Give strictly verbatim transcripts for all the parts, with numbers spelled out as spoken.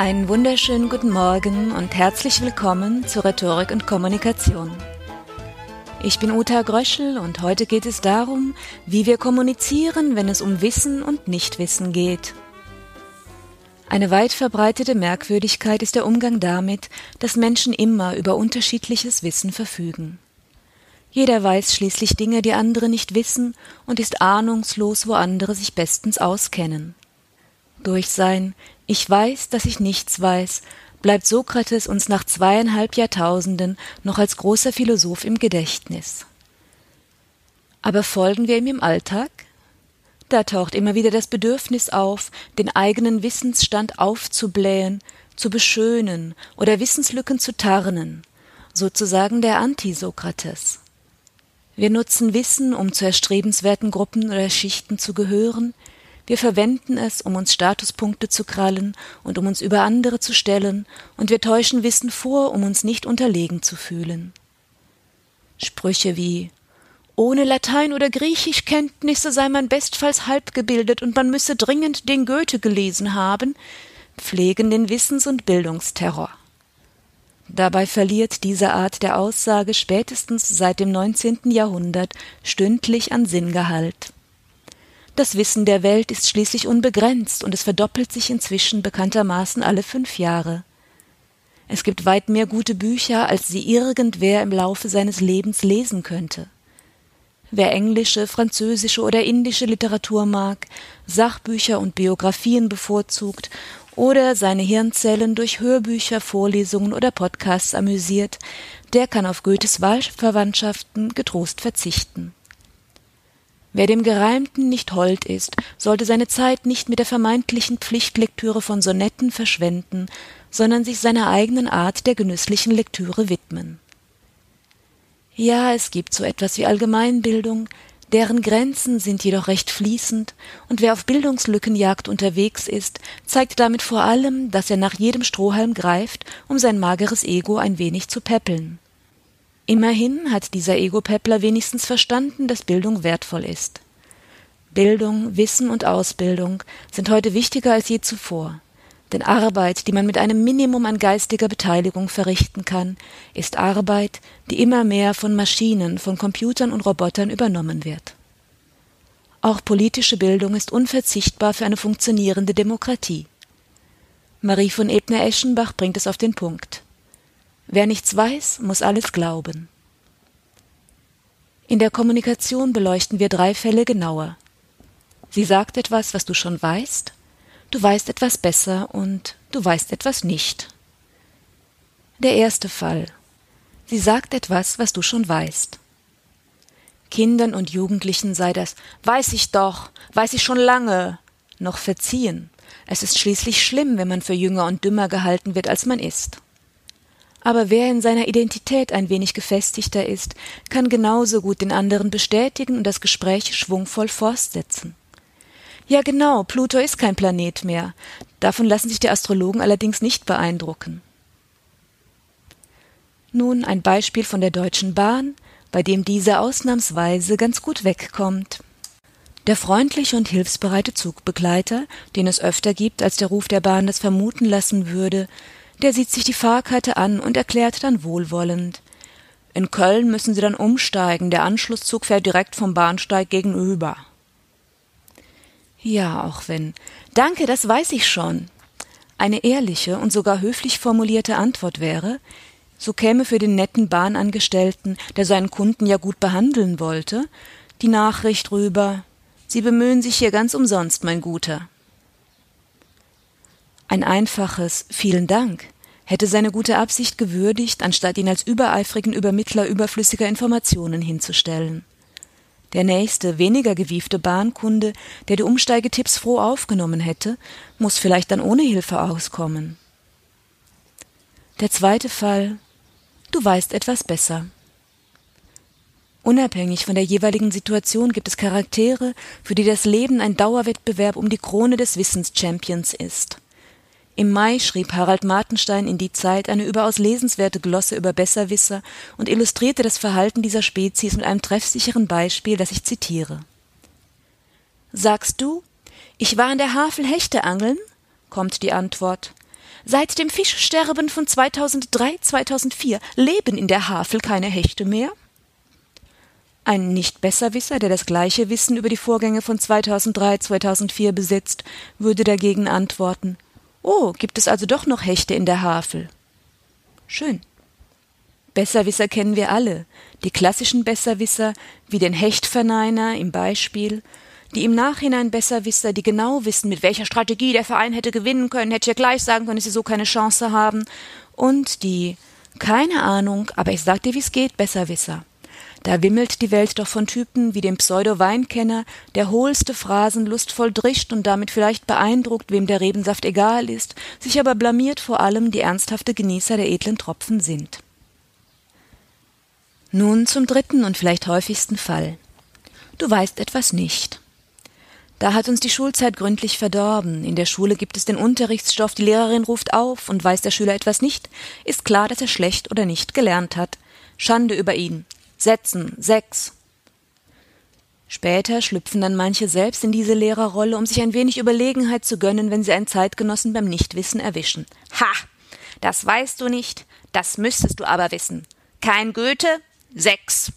Einen wunderschönen guten Morgen und herzlich willkommen zu Rhetorik und Kommunikation. Ich bin Uta Gröschel und heute geht es darum, wie wir kommunizieren, wenn es um Wissen und Nichtwissen geht. Eine weit verbreitete Merkwürdigkeit ist der Umgang damit, dass Menschen immer über unterschiedliches Wissen verfügen. Jeder weiß schließlich Dinge, die andere nicht wissen, und ist ahnungslos, wo andere sich bestens auskennen. Durch sein »Ich weiß, dass ich nichts weiß« bleibt Sokrates uns nach zweieinhalb Jahrtausenden noch als großer Philosoph im Gedächtnis. Aber folgen wir ihm im Alltag? Da taucht immer wieder das Bedürfnis auf, den eigenen Wissensstand aufzublähen, zu beschönen oder Wissenslücken zu tarnen, sozusagen der Anti-Sokrates. Wir nutzen Wissen, um zu erstrebenswerten Gruppen oder Schichten zu gehören. Wir verwenden es, um uns Statuspunkte zu krallen und um uns über andere zu stellen, und wir täuschen Wissen vor, um uns nicht unterlegen zu fühlen. Sprüche wie »Ohne Latein- oder Griechischkenntnisse sei man bestfalls halbgebildet und man müsse dringend den Goethe gelesen haben« pflegen den Wissens- und Bildungsterror. Dabei verliert diese Art der Aussage spätestens seit dem neunzehnten Jahrhundert stündlich an Sinngehalt. Das Wissen der Welt ist schließlich unbegrenzt und es verdoppelt sich inzwischen bekanntermaßen alle fünf Jahre. Es gibt weit mehr gute Bücher, als sie irgendwer im Laufe seines Lebens lesen könnte. Wer englische, französische oder indische Literatur mag, Sachbücher und Biografien bevorzugt oder seine Hirnzellen durch Hörbücher, Vorlesungen oder Podcasts amüsiert, der kann auf Goethes Wahlverwandtschaften getrost verzichten. Wer dem Gereimten nicht hold ist, sollte seine Zeit nicht mit der vermeintlichen Pflichtlektüre von Sonetten verschwenden, sondern sich seiner eigenen Art der genüsslichen Lektüre widmen. Ja, es gibt so etwas wie Allgemeinbildung, deren Grenzen sind jedoch recht fließend, und wer auf Bildungslückenjagd unterwegs ist, zeigt damit vor allem, dass er nach jedem Strohhalm greift, um sein mageres Ego ein wenig zu päppeln. Immerhin hat dieser Ego-Päppler wenigstens verstanden, dass Bildung wertvoll ist. Bildung, Wissen und Ausbildung sind heute wichtiger als je zuvor. Denn Arbeit, die man mit einem Minimum an geistiger Beteiligung verrichten kann, ist Arbeit, die immer mehr von Maschinen, von Computern und Robotern übernommen wird. Auch politische Bildung ist unverzichtbar für eine funktionierende Demokratie. Marie von Ebner-Eschenbach bringt es auf den Punkt. Wer nichts weiß, muss alles glauben. In der Kommunikation beleuchten wir drei Fälle genauer. Sie sagt etwas, was du schon weißt, du weißt etwas besser und du weißt etwas nicht. Der erste Fall. Sie sagt etwas, was du schon weißt. Kindern und Jugendlichen sei das »Weiß ich doch, weiß ich schon lange« noch verziehen. Es ist schließlich schlimm, wenn man für jünger und dümmer gehalten wird, als man ist. Aber wer in seiner Identität ein wenig gefestigter ist, kann genauso gut den anderen bestätigen und das Gespräch schwungvoll fortsetzen. Ja genau, Pluto ist kein Planet mehr. Davon lassen sich die Astrologen allerdings nicht beeindrucken. Nun ein Beispiel von der Deutschen Bahn, bei dem diese ausnahmsweise ganz gut wegkommt. Der freundliche und hilfsbereite Zugbegleiter, den es öfter gibt, als der Ruf der Bahn das vermuten lassen würde, der sieht sich die Fahrkarte an und erklärt dann wohlwollend: In Köln müssen Sie dann umsteigen, der Anschlusszug fährt direkt vom Bahnsteig gegenüber. Ja, auch wenn »Danke, das weiß ich schon« eine ehrliche und sogar höflich formulierte Antwort wäre, so käme für den netten Bahnangestellten, der seinen Kunden ja gut behandeln wollte, die Nachricht rüber: »Sie bemühen sich hier ganz umsonst, mein Guter.« Ein einfaches »Vielen Dank« hätte seine gute Absicht gewürdigt, anstatt ihn als übereifrigen Übermittler überflüssiger Informationen hinzustellen. Der nächste, weniger gewiefte Bahnkunde, der die Umsteigetipps froh aufgenommen hätte, muss vielleicht dann ohne Hilfe auskommen. Der zweite Fall: Du weißt etwas besser. Unabhängig von der jeweiligen Situation gibt es Charaktere, für die das Leben ein Dauerwettbewerb um die Krone des Wissenschampions ist. Im Mai schrieb Harald Martenstein in Die Zeit eine überaus lesenswerte Glosse über Besserwisser und illustrierte das Verhalten dieser Spezies mit einem treffsicheren Beispiel, das ich zitiere. »Sagst du, ich war an der Havel Hechte angeln?« kommt die Antwort. Seit dem Fischsterben von zweitausenddrei, zweitausendvier leben in der Havel keine Hechte mehr? Ein Nicht-Besserwisser, der das gleiche Wissen über die Vorgänge von zweitausenddrei, zweitausendvier besitzt, würde dagegen antworten: »Oh, gibt es also doch noch Hechte in der Havel?« Schön. Besserwisser kennen wir alle, die klassischen Besserwisser, wie den Hechtverneiner im Beispiel, die im Nachhinein Besserwisser, die genau wissen, mit welcher Strategie der Verein hätte gewinnen können, hätte ich ja gleich sagen können, dass sie so keine Chance haben, und die, keine Ahnung, aber ich sag dir, wie es geht, Besserwisser. Da wimmelt die Welt doch von Typen wie dem Pseudo-Weinkenner, der hohlste Phrasen lustvoll drischt und damit vielleicht beeindruckt, wem der Rebensaft egal ist, sich aber blamiert vor allem die ernsthafte Genießer der edlen Tropfen sind. Nun zum dritten und vielleicht häufigsten Fall. Du weißt etwas nicht. Da hat uns die Schulzeit gründlich verdorben. In der Schule gibt es den Unterrichtsstoff, die Lehrerin ruft auf, und weiß der Schüler etwas nicht, ist klar, dass er schlecht oder nicht gelernt hat. Schande über ihn. Setzen, sechs. Später schlüpfen dann manche selbst in diese Lehrerrolle, um sich ein wenig Überlegenheit zu gönnen, wenn sie einen Zeitgenossen beim Nichtwissen erwischen. Ha, das weißt du nicht, das müsstest du aber wissen. Kein Goethe, sechs.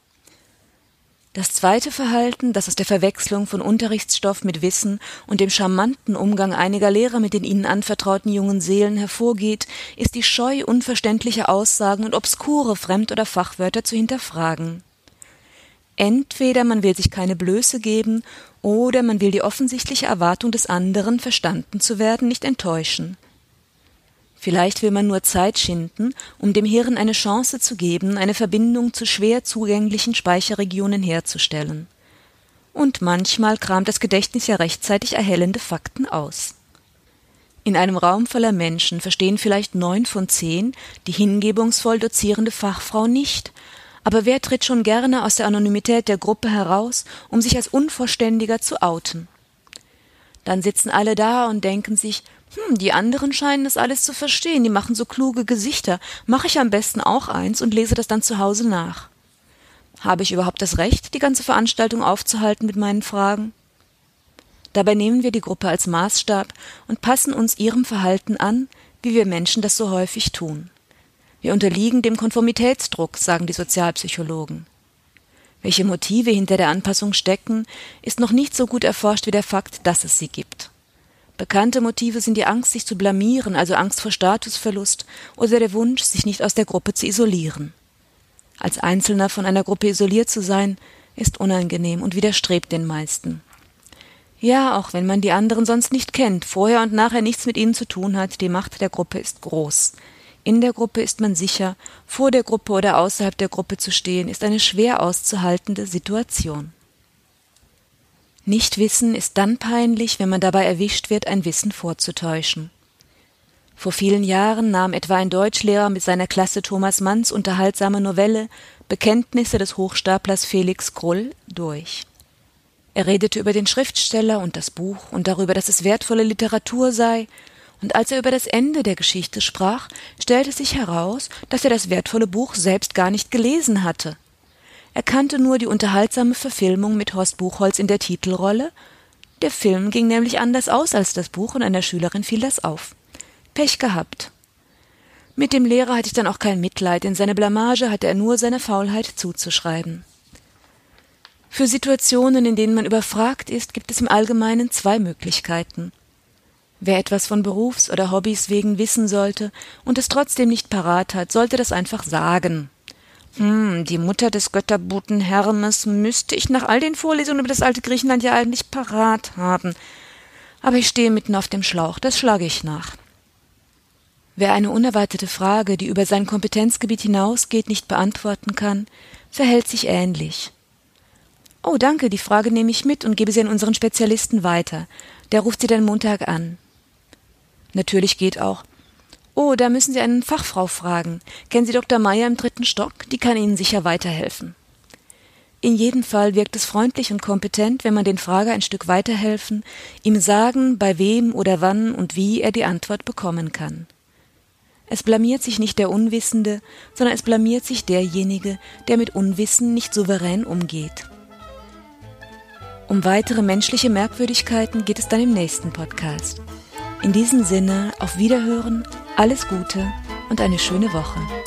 Das zweite Verhalten, das aus der Verwechslung von Unterrichtsstoff mit Wissen und dem charmanten Umgang einiger Lehrer mit den ihnen anvertrauten jungen Seelen hervorgeht, ist die Scheu unverständlicher Aussagen und obskure Fremd- oder Fachwörter zu hinterfragen. Entweder man will sich keine Blöße geben, oder man will die offensichtliche Erwartung des anderen, verstanden zu werden, nicht enttäuschen. Vielleicht will man nur Zeit schinden, um dem Hirn eine Chance zu geben, eine Verbindung zu schwer zugänglichen Speicherregionen herzustellen. Und manchmal kramt das Gedächtnis ja rechtzeitig erhellende Fakten aus. In einem Raum voller Menschen verstehen vielleicht neun von zehn die hingebungsvoll dozierende Fachfrau nicht, aber wer tritt schon gerne aus der Anonymität der Gruppe heraus, um sich als Unvollständiger zu outen? Dann sitzen alle da und denken sich: Hm, die anderen scheinen das alles zu verstehen, die machen so kluge Gesichter, mache ich am besten auch eins und lese das dann zu Hause nach. Habe ich überhaupt das Recht, die ganze Veranstaltung aufzuhalten mit meinen Fragen? Dabei nehmen wir die Gruppe als Maßstab und passen uns ihrem Verhalten an, wie wir Menschen das so häufig tun. Wir unterliegen dem Konformitätsdruck, sagen die Sozialpsychologen. Welche Motive hinter der Anpassung stecken, ist noch nicht so gut erforscht wie der Fakt, dass es sie gibt. Bekannte Motive sind die Angst, sich zu blamieren, also Angst vor Statusverlust, oder der Wunsch, sich nicht aus der Gruppe zu isolieren. Als Einzelner von einer Gruppe isoliert zu sein, ist unangenehm und widerstrebt den meisten. Ja, auch wenn man die anderen sonst nicht kennt, vorher und nachher nichts mit ihnen zu tun hat, die Macht der Gruppe ist groß. In der Gruppe ist man sicher, vor der Gruppe oder außerhalb der Gruppe zu stehen, ist eine schwer auszuhaltende Situation. Nichtwissen ist dann peinlich, wenn man dabei erwischt wird, ein Wissen vorzutäuschen. Vor vielen Jahren nahm etwa ein Deutschlehrer mit seiner Klasse Thomas Manns unterhaltsame Novelle »Bekenntnisse des Hochstaplers Felix Krull« durch. Er redete über den Schriftsteller und das Buch und darüber, dass es wertvolle Literatur sei, und als er über das Ende der Geschichte sprach, stellte sich heraus, dass er das wertvolle Buch selbst gar nicht gelesen hatte. Er kannte nur die unterhaltsame Verfilmung mit Horst Buchholz in der Titelrolle. Der Film ging nämlich anders aus als das Buch und einer Schülerin fiel das auf. Pech gehabt. Mit dem Lehrer hatte ich dann auch kein Mitleid, denn seine Blamage hatte er nur seiner Faulheit zuzuschreiben. Für Situationen, in denen man überfragt ist, gibt es im Allgemeinen zwei Möglichkeiten. Wer etwas von Berufs- oder Hobbys wegen wissen sollte und es trotzdem nicht parat hat, sollte das einfach sagen. Hm, die Mutter des Götterboten Hermes müsste ich nach all den Vorlesungen über das alte Griechenland ja eigentlich parat haben. Aber ich stehe mitten auf dem Schlauch, das schlage ich nach. Wer eine unerwartete Frage, die über sein Kompetenzgebiet hinausgeht, nicht beantworten kann, verhält sich ähnlich. Oh, danke, die Frage nehme ich mit und gebe sie an unseren Spezialisten weiter. Der ruft sie dann Montag an. Natürlich geht auch: Oh, da müssen Sie eine Fachfrau fragen. Kennen Sie Doktor Meier im dritten Stock? Die kann Ihnen sicher weiterhelfen. In jedem Fall wirkt es freundlich und kompetent, wenn man den Frager ein Stück weiterhelfen, ihm sagen, bei wem oder wann und wie er die Antwort bekommen kann. Es blamiert sich nicht der Unwissende, sondern es blamiert sich derjenige, der mit Unwissen nicht souverän umgeht. Um weitere menschliche Merkwürdigkeiten geht es dann im nächsten Podcast. In diesem Sinne, auf Wiederhören, alles Gute und eine schöne Woche.